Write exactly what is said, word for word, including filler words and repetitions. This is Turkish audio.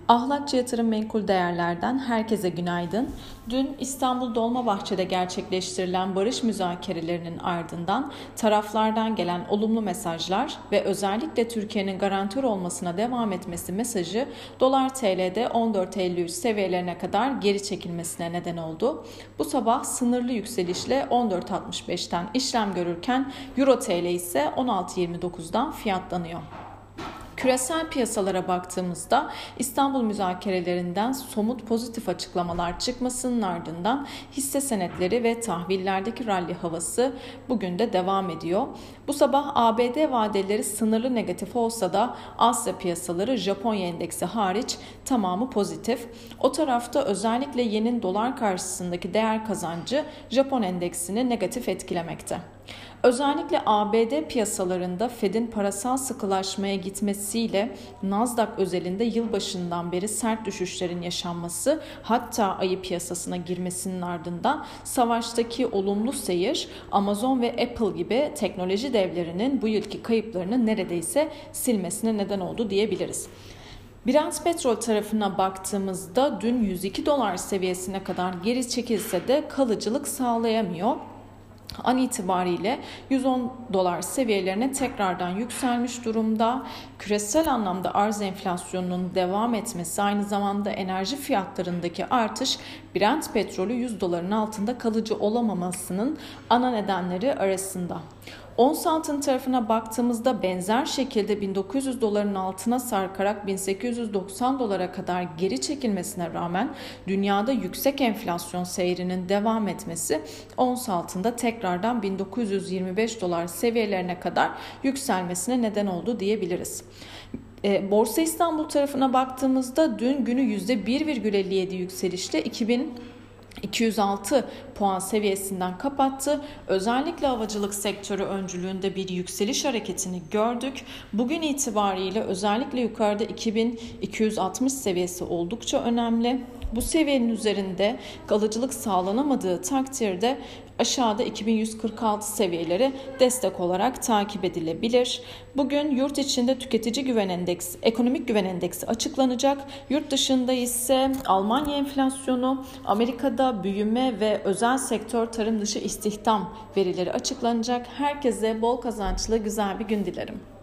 Ahlatçı Yatırım Menkul Değerler'den herkese günaydın. Dün İstanbul Dolmabahçe'de gerçekleştirilen barış müzakerelerinin ardından taraflardan gelen olumlu mesajlar ve özellikle Türkiye'nin garantör olmasına devam etmesi mesajı dolar T L'de on dört elli üç seviyelerine kadar geri çekilmesine neden oldu. Bu sabah sınırlı yükselişle on dört altmış beşten işlem görürken Euro T L ise on altı yirmi dokuzdan fiyatlanıyor. Küresel piyasalara baktığımızda İstanbul müzakerelerinden somut pozitif açıklamalar çıkmasının ardından hisse senetleri ve tahvillerdeki rally havası bugün de devam ediyor. Bu sabah A B D vadeleri sınırlı negatif olsa da Asya piyasaları Japonya endeksi hariç tamamı pozitif. O tarafta özellikle yenin dolar karşısındaki değer kazancı Japon endeksini negatif etkilemekte. Özellikle A B D piyasalarında Fed'in parasal sıkılaşmaya gitmesiyle Nasdaq özelinde yılbaşından beri sert düşüşlerin yaşanması, hatta ayı piyasasına girmesinin ardından savaştaki olumlu seyir Amazon ve Apple gibi teknoloji devlerinin bu yılki kayıplarını neredeyse silmesine neden oldu diyebiliriz. Brent petrol tarafına baktığımızda dün yüz iki dolar seviyesine kadar geri çekilse de kalıcılık sağlayamıyor. An itibariyle yüz on dolar seviyelerine tekrardan yükselmiş durumda. Küresel anlamda arz enflasyonunun devam etmesi, aynı zamanda enerji fiyatlarındaki artış Brent petrolü yüz doların altında kalıcı olamamasının ana nedenleri arasında. Ons altın tarafına baktığımızda benzer şekilde bin dokuz yüz doların altına sarkarak bin sekiz yüz doksan dolara kadar geri çekilmesine rağmen dünyada yüksek enflasyon seyrinin devam etmesi ons altında tekrardan bin dokuz yüz yirmi beş dolar seviyelerine kadar yükselmesine neden oldu diyebiliriz. Borsa İstanbul tarafına baktığımızda dün günü yüzde bir virgül elli yedi yükselişle iki bin iki yüz altı puan seviyesinden kapattı. Özellikle havacılık sektörü öncülüğünde bir yükseliş hareketini gördük. Bugün itibariyle özellikle yukarıda iki bin iki yüz altmış seviyesi oldukça önemli. Bu seviyenin üzerinde kalıcılık sağlanamadığı takdirde aşağıda iki bin yüz kırk altı seviyeleri destek olarak takip edilebilir. Bugün yurt içinde tüketici güven endeksi, ekonomik güven endeksi açıklanacak. Yurt dışında ise Almanya enflasyonu, Amerika'da büyüme ve özel sektör tarım dışı istihdam verileri açıklanacak. Herkese bol kazançlı güzel bir gün dilerim.